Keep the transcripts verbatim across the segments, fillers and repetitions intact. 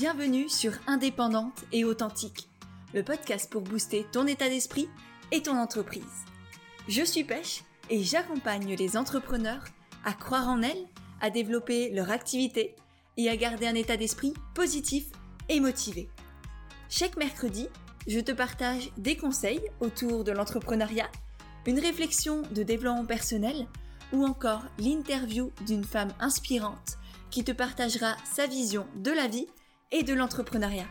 Bienvenue sur Indépendante et Authentique, le podcast pour booster ton état d'esprit et ton entreprise. Je suis Pêche et j'accompagne les entrepreneurs à croire en elles, à développer leur activité et à garder un état d'esprit positif et motivé. Chaque mercredi, je te partage des conseils autour de l'entrepreneuriat, une réflexion de développement personnel ou encore l'interview d'une femme inspirante qui te partagera sa vision de la vie et de l'entrepreneuriat.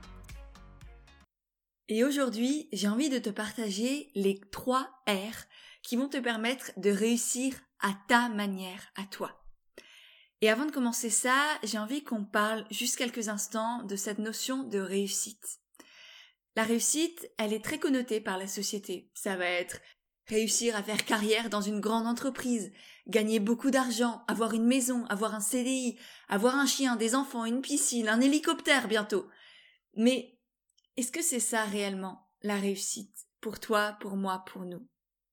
Et aujourd'hui, j'ai envie de te partager les trois R qui vont te permettre de réussir à ta manière, à toi. Et avant de commencer ça, j'ai envie qu'on parle juste quelques instants de cette notion de réussite. La réussite, elle est très connotée par la société. Ça va être réussir à faire carrière dans une grande entreprise, gagner beaucoup d'argent, avoir une maison, avoir un C D I, avoir un chien, des enfants, une piscine, un hélicoptère bientôt. Mais est-ce que c'est ça réellement, la réussite, pour toi, pour moi, pour nous?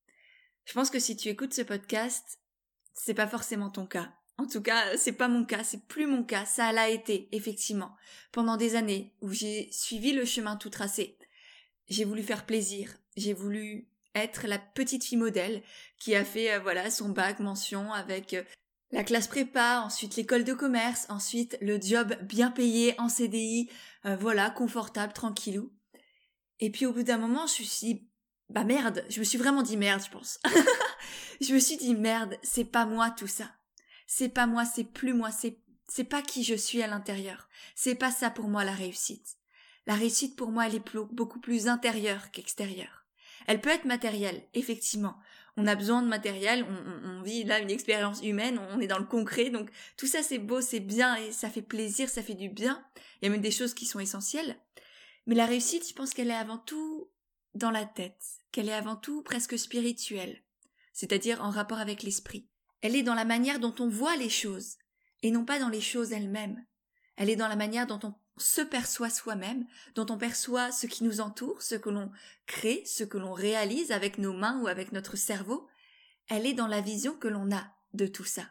Je pense que si tu écoutes ce podcast, c'est pas forcément ton cas. En tout cas, c'est pas mon cas, c'est plus mon cas, ça l'a été, effectivement, pendant des années où j'ai suivi le chemin tout tracé. J'ai voulu faire plaisir, j'ai voulu être la petite fille modèle qui a fait euh, voilà son bac mention avec euh, la classe prépa, ensuite l'école de commerce, ensuite le job bien payé en C D I, euh, voilà, confortable, tranquillou. Et puis au bout d'un moment, je me suis dit, bah merde, je me suis vraiment dit merde, je pense. Je me suis dit merde, c'est pas moi tout ça. C'est pas moi, c'est plus moi, c'est c'est pas qui je suis à l'intérieur. C'est pas ça pour moi la réussite. La réussite pour moi, elle est plus, beaucoup plus intérieure qu'extérieure. Elle peut être matérielle, effectivement. On a besoin de matériel, on, on, on vit là une expérience humaine, on est dans le concret, donc tout ça c'est beau, c'est bien et ça fait plaisir, ça fait du bien. Il y a même des choses qui sont essentielles. Mais la réussite, je pense qu'elle est avant tout dans la tête, qu'elle est avant tout presque spirituelle, c'est-à-dire en rapport avec l'esprit. Elle est dans la manière dont on voit les choses, et non pas dans les choses elles-mêmes. Elle est dans la manière dont on se perçoit soi-même, dont on perçoit ce qui nous entoure, ce que l'on crée, ce que l'on réalise avec nos mains ou avec notre cerveau. Elle est dans la vision que l'on a de tout ça.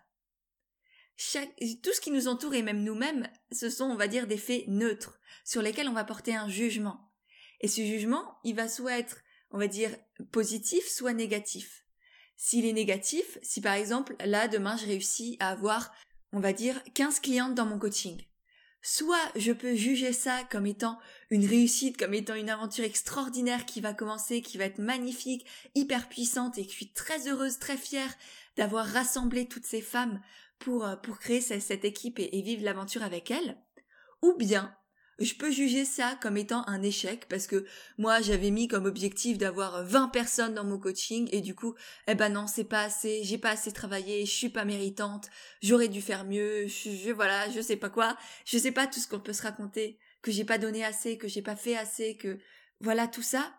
Chaque, tout ce qui nous entoure et même nous-mêmes, ce sont, on va dire, des faits neutres, sur lesquels on va porter un jugement. Et ce jugement, il va soit être, on va dire, positif, soit négatif. S'il est négatif, si par exemple, là, demain, je réussis à avoir, on va dire, quinze clientes dans mon coaching, soit je peux juger ça comme étant une réussite, comme étant une aventure extraordinaire qui va commencer, qui va être magnifique, hyper puissante et que je suis très heureuse, très fière d'avoir rassemblé toutes ces femmes pour, pour créer cette équipe et, et vivre l'aventure avec elles. Ou bien, je peux juger ça comme étant un échec parce que moi j'avais mis comme objectif d'avoir vingt personnes dans mon coaching et du coup, eh ben non, c'est pas assez, j'ai pas assez travaillé, je suis pas méritante, j'aurais dû faire mieux, je, je voilà, je sais pas quoi, je sais pas tout ce qu'on peut se raconter, que j'ai pas donné assez, que j'ai pas fait assez, que voilà tout ça.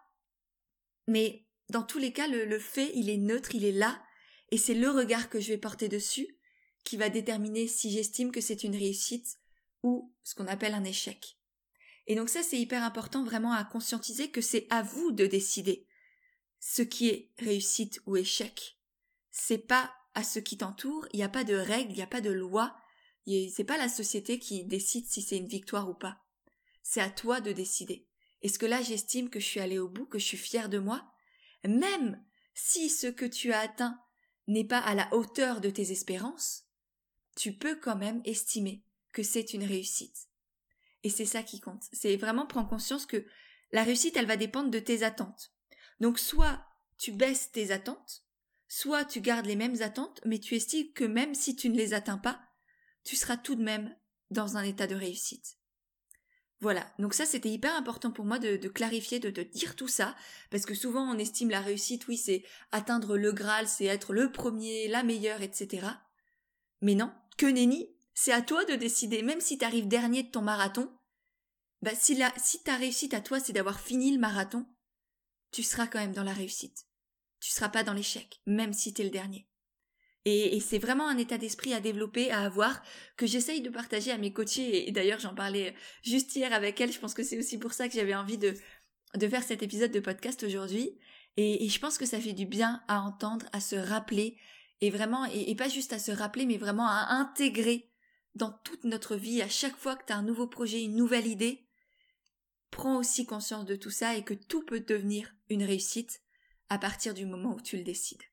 Mais dans tous les cas, le, le fait, il est neutre, il est là et c'est le regard que je vais porter dessus qui va déterminer si j'estime que c'est une réussite ou ce qu'on appelle un échec. Et donc ça, c'est hyper important vraiment à conscientiser que c'est à vous de décider ce qui est réussite ou échec. C'est pas à ce qui t'entoure, il n'y a pas de règles, il n'y a pas de loi, c'est pas la société qui décide si c'est une victoire ou pas. C'est à toi de décider. Est-ce que là, j'estime que je suis allée au bout, que je suis fière de moi? Même si ce que tu as atteint n'est pas à la hauteur de tes espérances, tu peux quand même estimer que c'est une réussite. Et c'est ça qui compte. C'est vraiment prendre conscience que la réussite, elle va dépendre de tes attentes. Donc soit tu baisses tes attentes, soit tu gardes les mêmes attentes, mais tu estimes que même si tu ne les atteins pas, tu seras tout de même dans un état de réussite. Voilà, donc ça c'était hyper important pour moi de, de clarifier, de, de dire tout ça, parce que souvent on estime la réussite, oui c'est atteindre le Graal, c'est être le premier, la meilleure, et cetera. Mais non, que nenni, c'est à toi de décider, même si tu arrives dernier de ton marathon, bah si, la, si ta réussite à toi c'est d'avoir fini le marathon, tu seras quand même dans la réussite. Tu seras pas dans l'échec, même si t'es le dernier. Et, et c'est vraiment un état d'esprit à développer, à avoir, que j'essaye de partager à mes coachés, et d'ailleurs j'en parlais juste hier avec elle, je pense que c'est aussi pour ça que j'avais envie de, de faire cet épisode de podcast aujourd'hui, et, et je pense que ça fait du bien à entendre, à se rappeler, et vraiment, et, et pas juste à se rappeler, mais vraiment à intégrer dans toute notre vie, à chaque fois que tu as un nouveau projet, une nouvelle idée, prends aussi conscience de tout ça et que tout peut devenir une réussite à partir du moment où tu le décides.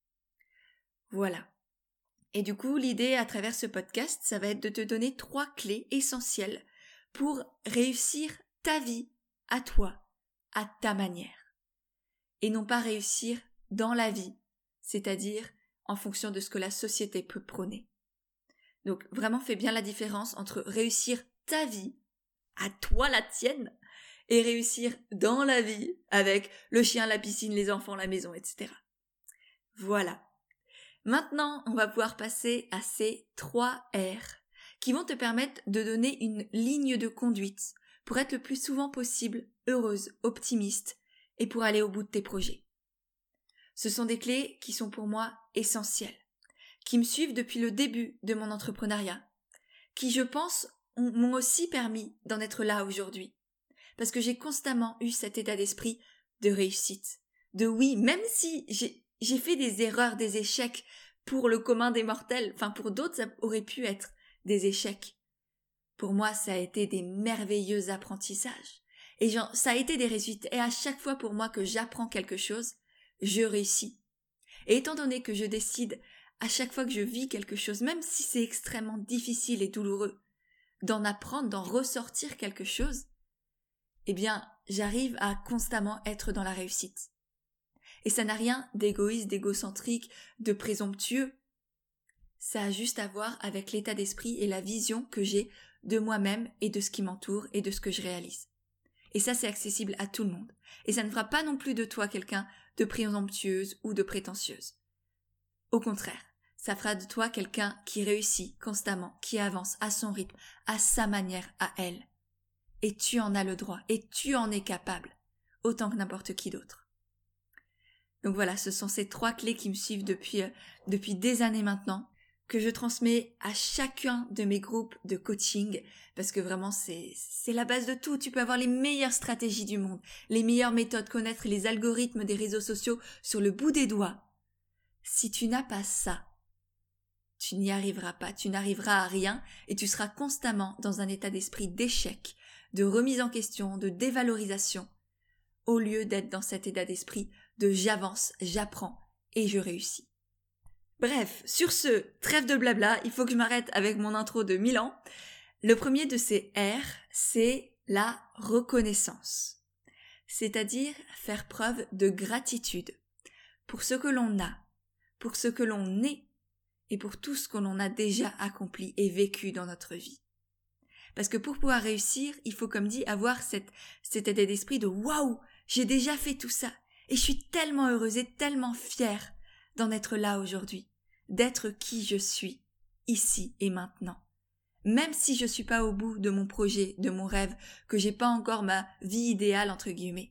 Voilà. Et du coup, l'idée à travers ce podcast, ça va être de te donner trois clés essentielles pour réussir ta vie à toi, à ta manière. Et non pas réussir dans la vie, c'est-à-dire en fonction de ce que la société peut prôner. Donc vraiment fais bien la différence entre réussir ta vie, à toi la tienne, et réussir dans la vie avec le chien, la piscine, les enfants, la maison, et cetera. Voilà. Maintenant, on va pouvoir passer à ces trois R qui vont te permettre de donner une ligne de conduite pour être le plus souvent possible heureuse, optimiste et pour aller au bout de tes projets. Ce sont des clés qui sont pour moi essentielles, qui me suivent depuis le début de mon entrepreneuriat, qui, je pense, m'ont aussi permis d'en être là aujourd'hui. Parce que j'ai constamment eu cet état d'esprit de réussite, de oui, même si j'ai, j'ai fait des erreurs, des échecs pour le commun des mortels, enfin pour d'autres ça aurait pu être des échecs. Pour moi ça a été des merveilleux apprentissages, et genre, ça a été des réussites, et à chaque fois pour moi que j'apprends quelque chose, je réussis. Et étant donné que je décide à chaque fois que je vis quelque chose, même si c'est extrêmement difficile et douloureux, d'en apprendre, d'en ressortir quelque chose, eh bien, j'arrive à constamment être dans la réussite. Et ça n'a rien d'égoïste, d'égocentrique, de présomptueux. Ça a juste à voir avec l'état d'esprit et la vision que j'ai de moi-même et de ce qui m'entoure et de ce que je réalise. Et ça, c'est accessible à tout le monde. Et ça ne fera pas non plus de toi quelqu'un de présomptueuse ou de prétentieuse. Au contraire, ça fera de toi quelqu'un qui réussit constamment, qui avance à son rythme, à sa manière, à elle. Et tu en as le droit, et tu en es capable, autant que n'importe qui d'autre. Donc voilà, ce sont ces trois clés qui me suivent depuis, euh, depuis des années maintenant, que je transmets à chacun de mes groupes de coaching, parce que vraiment c'est, c'est la base de tout. Tu peux avoir les meilleures stratégies du monde, les meilleures méthodes, connaître les algorithmes des réseaux sociaux sur le bout des doigts. Si tu n'as pas ça, tu n'y arriveras pas, tu n'arriveras à rien et tu seras constamment dans un état d'esprit d'échec, de remise en question, de dévalorisation, au lieu d'être dans cet état d'esprit de j'avance, j'apprends et je réussis. Bref, sur ce, trêve de blabla, il faut que je m'arrête avec mon intro de mille ans. Le premier de ces R, c'est la reconnaissance, c'est-à-dire faire preuve de gratitude pour ce que l'on a, pour ce que l'on est et pour tout ce que l'on a déjà accompli et vécu dans notre vie. Parce que pour pouvoir réussir, il faut, comme dit, avoir cette, cet état d'esprit de « waouh, j'ai déjà fait tout ça et je suis tellement heureuse et tellement fière d'en être là aujourd'hui, d'être qui je suis, ici et maintenant. Même si je suis pas au bout de mon projet, de mon rêve, que j'ai pas encore ma vie idéale entre guillemets.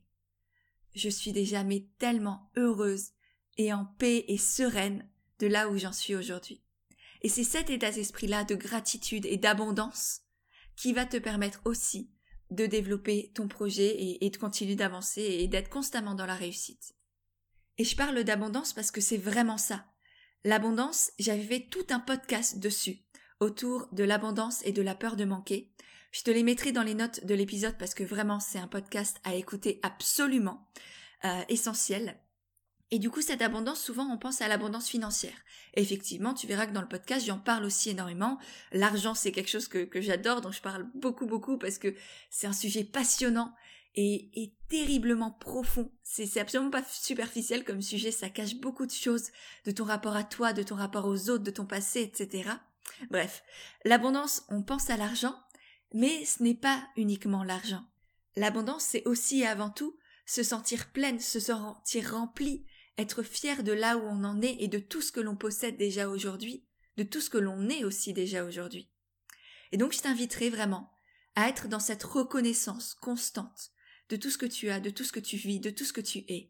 Je suis déjà mais tellement heureuse et en paix et sereine de là où j'en suis aujourd'hui. Et c'est cet état d'esprit-là de gratitude et d'abondance qui va te permettre aussi de développer ton projet et, et de continuer d'avancer et d'être constamment dans la réussite. Et je parle d'abondance parce que c'est vraiment ça. L'abondance, j'avais fait tout un podcast dessus, autour de l'abondance et de la peur de manquer. Je te les mettrai dans les notes de l'épisode parce que vraiment c'est un podcast à écouter absolument, euh, essentiel. Et du coup, cette abondance, souvent, on pense à l'abondance financière. Et effectivement, tu verras que dans le podcast, j'en parle aussi énormément. L'argent, c'est quelque chose que, que j'adore, dont je parle beaucoup, beaucoup, parce que c'est un sujet passionnant et, et terriblement profond. C'est, c'est absolument pas superficiel comme sujet, ça cache beaucoup de choses de ton rapport à toi, de ton rapport aux autres, de ton passé, et cetera. Bref, l'abondance, on pense à l'argent, mais ce n'est pas uniquement l'argent. L'abondance, c'est aussi et avant tout se sentir pleine, se sentir remplie, être fier de là où on en est et de tout ce que l'on possède déjà aujourd'hui, de tout ce que l'on est aussi déjà aujourd'hui. Et donc je t'inviterai vraiment à être dans cette reconnaissance constante de tout ce que tu as, de tout ce que tu vis, de tout ce que tu es.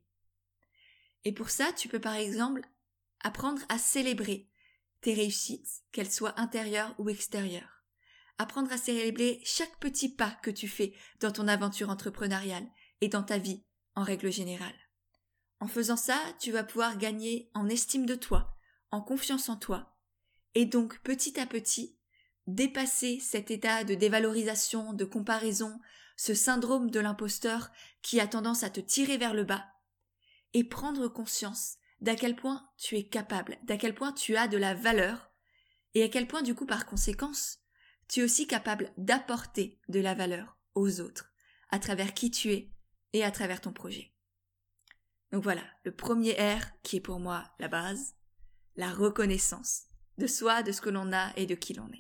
Et pour ça, tu peux par exemple apprendre à célébrer tes réussites, qu'elles soient intérieures ou extérieures. Apprendre à célébrer chaque petit pas que tu fais dans ton aventure entrepreneuriale et dans ta vie en règle générale. En faisant ça, tu vas pouvoir gagner en estime de toi, en confiance en toi, et donc petit à petit, dépasser cet état de dévalorisation, de comparaison, ce syndrome de l'imposteur qui a tendance à te tirer vers le bas, et prendre conscience d'à quel point tu es capable, d'à quel point tu as de la valeur, et à quel point du coup par conséquence, tu es aussi capable d'apporter de la valeur aux autres, à travers qui tu es et à travers ton projet. Donc voilà, le premier R qui est pour moi la base, la reconnaissance de soi, de ce que l'on a et de qui l'on est.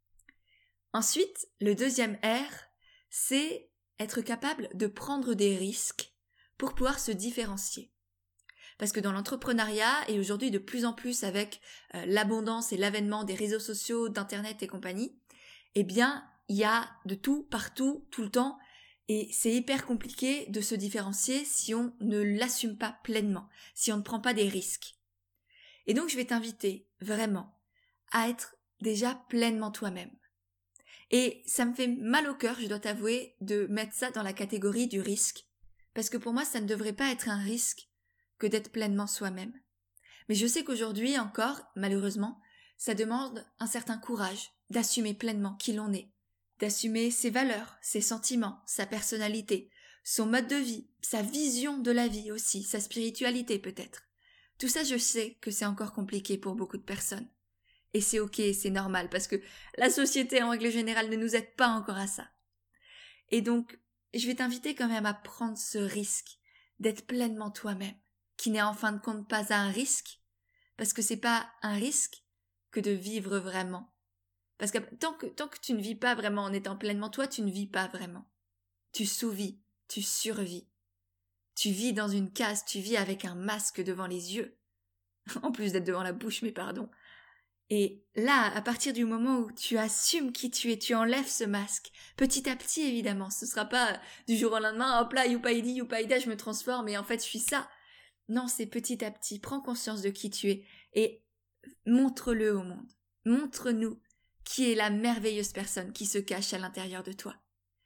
Ensuite, le deuxième R, c'est être capable de prendre des risques pour pouvoir se différencier. Parce que dans l'entrepreneuriat, et aujourd'hui de plus en plus avec euh, l'abondance et l'avènement des réseaux sociaux, d'internet et compagnie, eh bien, il y a de tout, partout, tout le temps, et c'est hyper compliqué de se différencier si on ne l'assume pas pleinement, si on ne prend pas des risques. Et donc je vais t'inviter vraiment à être déjà pleinement toi-même. Et ça me fait mal au cœur, je dois t'avouer, de mettre ça dans la catégorie du risque, parce que pour moi ça ne devrait pas être un risque que d'être pleinement soi-même. Mais je sais qu'aujourd'hui encore, malheureusement, ça demande un certain courage d'assumer pleinement qui l'on est, d'assumer ses valeurs, ses sentiments, sa personnalité, son mode de vie, sa vision de la vie aussi, sa spiritualité peut-être. Tout ça, je sais que c'est encore compliqué pour beaucoup de personnes. Et c'est ok, c'est normal, parce que la société en règle générale ne nous aide pas encore à ça. Et donc, je vais t'inviter quand même à prendre ce risque d'être pleinement toi-même, qui n'est en fin de compte pas un risque, parce que c'est pas un risque que de vivre vraiment. Parce que tant que, tant que tu ne vis pas vraiment en étant pleinement toi, tu ne vis pas vraiment. Tu sous-vis, tu survis. Tu vis dans une case, tu vis avec un masque devant les yeux. En plus d'être devant la bouche, mais pardon. Et là, à partir du moment où tu assumes qui tu es, tu enlèves ce masque, petit à petit évidemment, ce sera pas du jour au lendemain, hop là, youpaïdi, youpaïda, je me transforme et en fait je suis ça. Non, c'est petit à petit, prends conscience de qui tu es et montre-le au monde. Montre-nous qui est la merveilleuse personne qui se cache à l'intérieur de toi.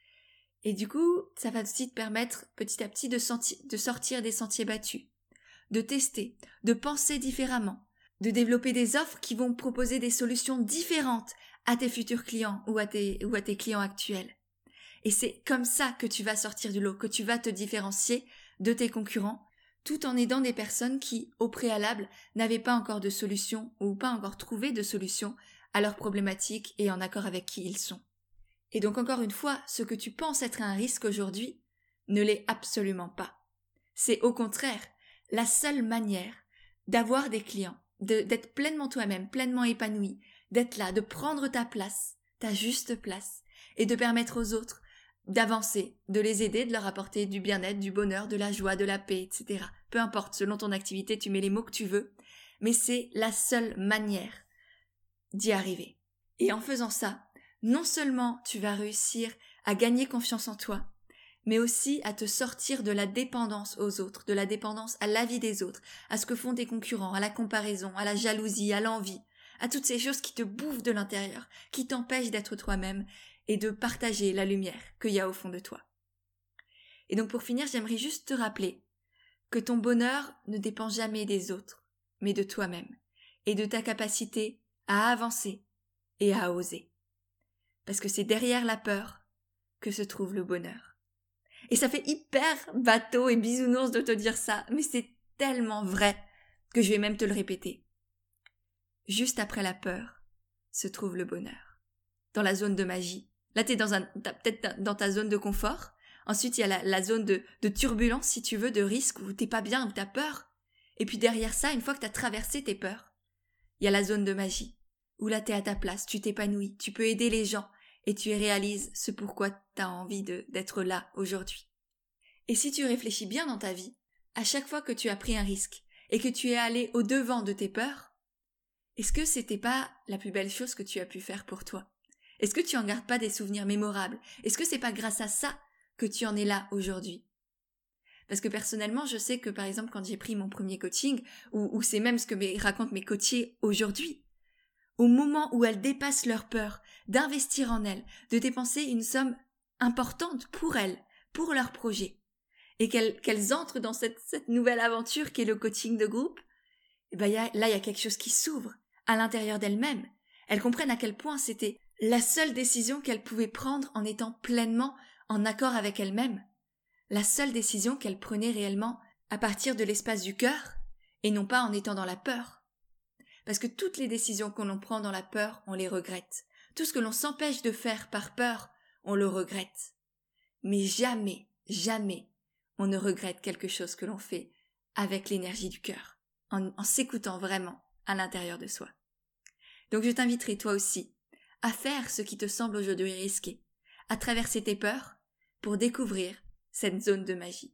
Et du coup, ça va aussi te permettre petit à petit de, senti- de sortir des sentiers battus, de tester, de penser différemment, de développer des offres qui vont proposer des solutions différentes à tes futurs clients ou à tes, ou à tes clients actuels. Et c'est comme ça que tu vas sortir du lot, que tu vas te différencier de tes concurrents, tout en aidant des personnes qui, au préalable, n'avaient pas encore de solution ou pas encore trouvé de solution à leurs problématiques et en accord avec qui ils sont. Et donc encore une fois, ce que tu penses être un risque aujourd'hui ne l'est absolument pas. C'est au contraire la seule manière d'avoir des clients, de, d'être pleinement toi-même, pleinement épanoui, d'être là, de prendre ta place, ta juste place, et de permettre aux autres d'avancer, de les aider, de leur apporter du bien-être, du bonheur, de la joie, de la paix, et cetera. Peu importe, selon ton activité, tu mets les mots que tu veux, mais c'est la seule manière d'y arriver. Et en faisant ça, non seulement tu vas réussir à gagner confiance en toi, mais aussi à te sortir de la dépendance aux autres, de la dépendance à l'avis des autres, à ce que font tes concurrents, à la comparaison, à la jalousie, à l'envie, à toutes ces choses qui te bouffent de l'intérieur, qui t'empêchent d'être toi-même et de partager la lumière qu'il y a au fond de toi. Et donc pour finir, j'aimerais juste te rappeler que ton bonheur ne dépend jamais des autres, mais de toi-même, et de ta capacité à avancer et à oser. Parce que c'est derrière la peur que se trouve le bonheur. Et ça fait hyper bateau et bisounours de te dire ça, mais c'est tellement vrai que je vais même te le répéter. Juste après la peur se trouve le bonheur. Dans la zone de magie. Là, t'es dans un, t'as peut-être dans ta zone de confort. Ensuite, il y a la, la zone de, de turbulence, si tu veux, de risque, où t'es pas bien, où t'as peur. Et puis derrière ça, une fois que t'as traversé tes peurs, il y a la zone de magie, où là t'es à ta place, tu t'épanouis, tu peux aider les gens, et tu réalises ce pourquoi t'as envie de, d'être là aujourd'hui. Et si tu réfléchis bien dans ta vie, à chaque fois que tu as pris un risque, et que tu es allé au-devant de tes peurs, est-ce que c'était pas la plus belle chose que tu as pu faire pour toi? Est-ce que tu en gardes pas des souvenirs mémorables? Est-ce que c'est pas grâce à ça que tu en es là aujourd'hui? Parce que personnellement, je sais que par exemple, quand j'ai pris mon premier coaching, ou, ou c'est même ce que mes, racontent mes coachés aujourd'hui, au moment où elles dépassent leur peur, d'investir en elles, de dépenser une somme importante pour elles, pour leur projet, et qu'elles, qu'elles entrent dans cette, cette nouvelle aventure qui est le coaching de groupe, et ben y a, là il y a quelque chose qui s'ouvre à l'intérieur d'elles-mêmes. Elles comprennent à quel point c'était la seule décision qu'elle pouvait prendre en étant pleinement en accord avec elle-même, la seule décision qu'elle prenait réellement à partir de l'espace du cœur et non pas en étant dans la peur. Parce que toutes les décisions que l'on prend dans la peur, on les regrette. Tout ce que l'on s'empêche de faire par peur, on le regrette. Mais jamais, jamais, on ne regrette quelque chose que l'on fait avec l'énergie du cœur, en, en s'écoutant vraiment à l'intérieur de soi. Donc je t'inviterai toi aussi à faire ce qui te semble aujourd'hui risqué, à traverser tes peurs pour découvrir cette zone de magie.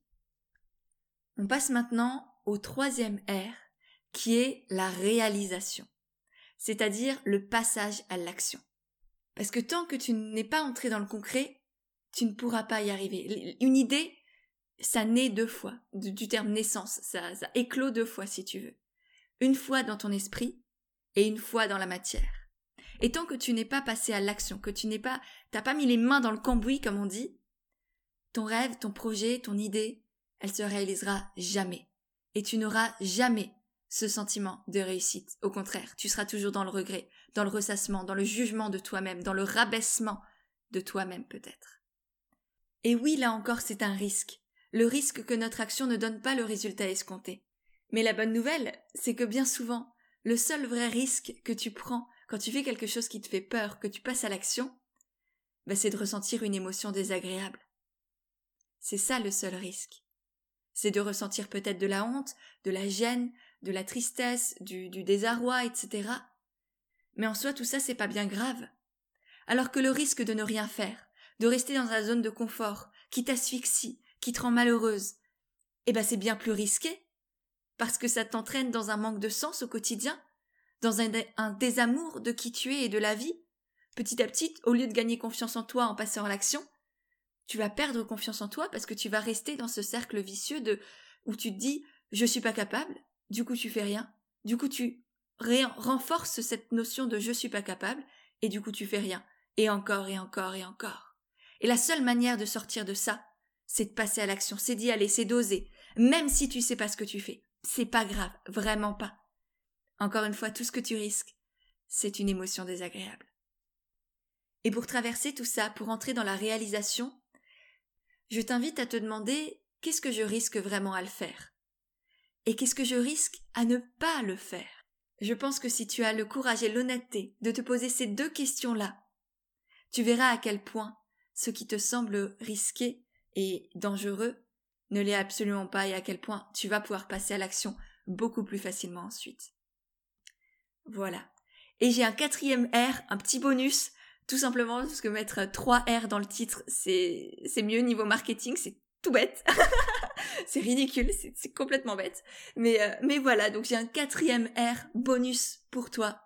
On passe maintenant au troisième R, qui est la réalisation, c'est-à-dire le passage à l'action. Parce que tant que tu n'es pas entré dans le concret, tu ne pourras pas y arriver. Une idée, ça naît deux fois, du, du terme naissance, ça, ça éclot deux fois si tu veux. Une fois dans ton esprit et une fois dans la matière. Et tant que tu n'es pas passé à l'action, que tu n'es pas, t'as pas mis les mains dans le cambouis comme on dit, ton rêve, ton projet, ton idée, elle se réalisera jamais. Et tu n'auras jamais ce sentiment de réussite. Au contraire, tu seras toujours dans le regret, dans le ressassement, dans le jugement de toi-même, dans le rabaissement de toi-même peut-être. Et oui, là encore, c'est un risque. Le risque que notre action ne donne pas le résultat escompté. Mais la bonne nouvelle, c'est que bien souvent, le seul vrai risque que tu prends quand tu fais quelque chose qui te fait peur, que tu passes à l'action, bah c'est de ressentir une émotion désagréable. C'est ça le seul risque. C'est de ressentir peut-être de la honte, de la gêne, de la tristesse, du, du désarroi, et cetera. Mais en soi, tout ça, c'est pas bien grave. Alors que le risque de ne rien faire, de rester dans la zone de confort, qui t'asphyxie, qui te rend malheureuse, eh ben c'est bien plus risqué, parce que ça t'entraîne dans un manque de sens au quotidien, dans un, un désamour de qui tu es et de la vie. Petit à petit, au lieu de gagner confiance en toi en passant à l'action, tu vas perdre confiance en toi parce que tu vas rester dans ce cercle vicieux de où tu te dis « je suis pas capable », du coup tu fais rien, du coup tu ré- renforces cette notion de « je suis pas capable » et du coup tu fais rien, et encore et encore et encore. Et la seule manière de sortir de ça, c'est de passer à l'action, c'est d'y aller, c'est d'oser, même si tu sais pas ce que tu fais. C'est pas grave, vraiment pas. Encore une fois, tout ce que tu risques, c'est une émotion désagréable. Et pour traverser tout ça, pour entrer dans la réalisation, je t'invite à te demander qu'est-ce que je risque vraiment à le faire et qu'est-ce que je risque à ne pas le faire. Je pense que si tu as le courage et l'honnêteté de te poser ces deux questions-là, tu verras à quel point ce qui te semble risqué et dangereux ne l'est absolument pas et à quel point tu vas pouvoir passer à l'action beaucoup plus facilement ensuite. Voilà. Et j'ai un quatrième R, un petit bonus, tout simplement parce que mettre trois R dans le titre, c'est, c'est mieux niveau marketing, c'est tout bête. C'est ridicule, c'est, c'est complètement bête. Mais, euh, mais voilà, donc j'ai un quatrième R bonus pour toi,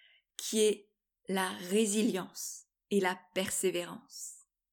qui est la résilience et la persévérance.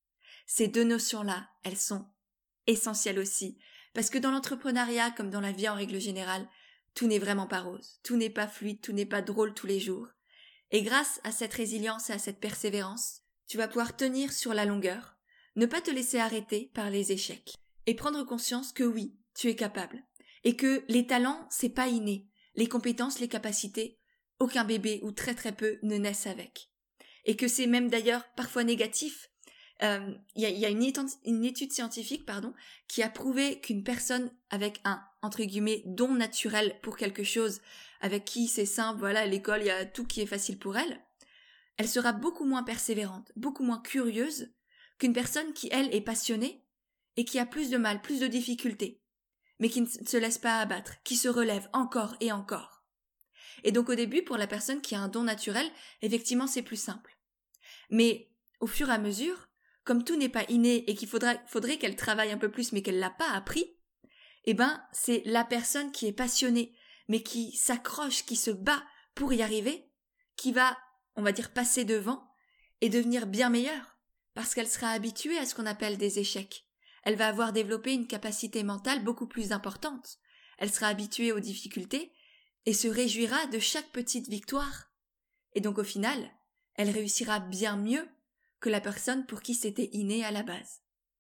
Ces deux notions-là, elles sont essentielles aussi, parce que dans l'entrepreneuriat, comme dans la vie en règle générale, tout n'est vraiment pas rose, tout n'est pas fluide, tout n'est pas drôle tous les jours. Et grâce à cette résilience et à cette persévérance, tu vas pouvoir tenir sur la longueur, ne pas te laisser arrêter par les échecs, et prendre conscience que oui, tu es capable, et que les talents, c'est pas inné, les compétences, les capacités, aucun bébé ou très très peu ne naissent avec. Et que c'est même d'ailleurs parfois négatif. Euh, il y a, y a une, étude, une étude scientifique pardon, qui a prouvé qu'une personne avec un, entre guillemets, don naturel pour quelque chose, avec qui c'est simple, voilà, à l'école, il y a tout qui est facile pour elle, elle sera beaucoup moins persévérante, beaucoup moins curieuse qu'une personne qui, elle, est passionnée et qui a plus de mal, plus de difficultés, mais qui ne se laisse pas abattre, qui se relève encore et encore. Et donc au début, pour la personne qui a un don naturel, effectivement, c'est plus simple. Mais au fur et à mesure, comme tout n'est pas inné et qu'il faudra, faudrait qu'elle travaille un peu plus mais qu'elle l'a pas appris, eh ben, c'est la personne qui est passionnée, mais qui s'accroche, qui se bat pour y arriver, qui va, on va dire, passer devant et devenir bien meilleure, parce qu'elle sera habituée à ce qu'on appelle des échecs. Elle va avoir développé une capacité mentale beaucoup plus importante. Elle sera habituée aux difficultés et se réjouira de chaque petite victoire. Et donc au final, elle réussira bien mieux que la personne pour qui c'était inné à la base.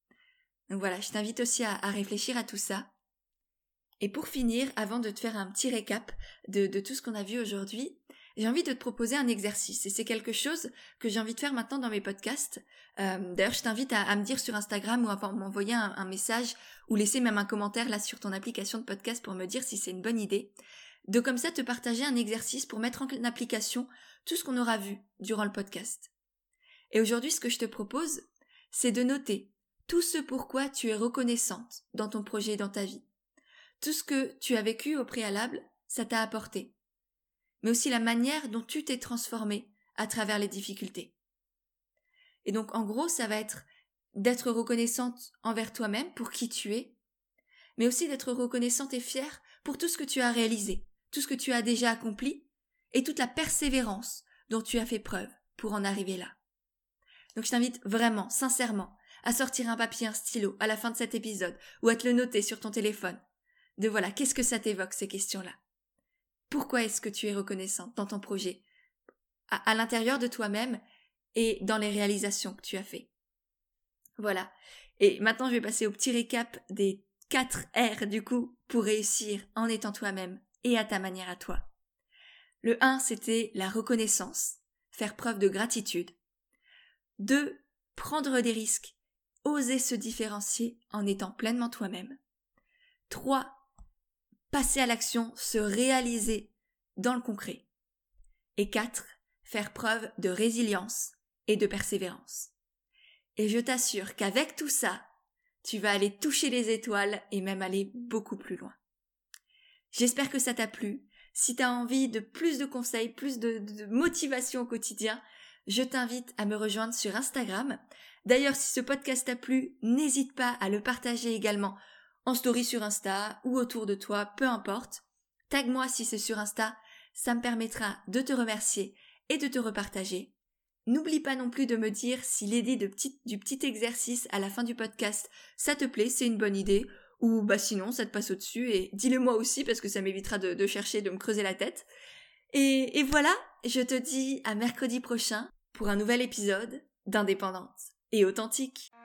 Donc voilà, je t'invite aussi à, à réfléchir à tout ça. Et pour finir, avant de te faire un petit récap de, de tout ce qu'on a vu aujourd'hui, j'ai envie de te proposer un exercice et c'est quelque chose que j'ai envie de faire maintenant dans mes podcasts. Euh, d'ailleurs, je t'invite à, à me dire sur Instagram ou à m'envoyer un, un message ou laisser même un commentaire là sur ton application de podcast pour me dire si c'est une bonne idée. De comme ça te partager un exercice pour mettre en application tout ce qu'on aura vu durant le podcast. Et aujourd'hui, ce que je te propose, c'est de noter tout ce pourquoi tu es reconnaissante dans ton projet et dans ta vie. Tout ce que tu as vécu au préalable, ça t'a apporté. Mais aussi la manière dont tu t'es transformée à travers les difficultés. Et donc, en gros, ça va être d'être reconnaissante envers toi-même pour qui tu es, mais aussi d'être reconnaissante et fière pour tout ce que tu as réalisé, tout ce que tu as déjà accompli et toute la persévérance dont tu as fait preuve pour en arriver là. Donc, je t'invite vraiment, sincèrement, à sortir un papier, un stylo à la fin de cet épisode ou à te le noter sur ton téléphone. De voilà, qu'est-ce que ça t'évoque ces questions-là? Pourquoi est-ce que tu es reconnaissante dans ton projet, à, à l'intérieur de toi-même et dans les réalisations que tu as fait? Voilà. Et maintenant, je vais passer au petit récap des quatre R du coup pour réussir en étant toi-même et à ta manière à toi. Le un, c'était la reconnaissance, faire preuve de gratitude. deux, prendre des risques, oser se différencier en étant pleinement toi-même. trois, passer à l'action, se réaliser dans le concret. Et quatre, faire preuve de résilience et de persévérance. Et je t'assure qu'avec tout ça, tu vas aller toucher les étoiles et même aller beaucoup plus loin. J'espère que ça t'a plu. Si tu as envie de plus de conseils, plus de, de, de motivation au quotidien, je t'invite à me rejoindre sur Instagram. D'ailleurs, si ce podcast t'a plu, n'hésite pas à le partager également en story sur Insta ou autour de toi, peu importe. Tag-moi si c'est sur Insta, ça me permettra de te remercier et de te repartager. N'oublie pas non plus de me dire si l'idée de petit, du petit exercice à la fin du podcast, ça te plaît, c'est une bonne idée, ou bah sinon ça te passe au-dessus, et dis-le moi aussi parce que ça m'évitera de, de chercher, de me creuser la tête. Et, et voilà, je te dis à mercredi prochain pour un nouvel épisode d'Indépendante et Authentique.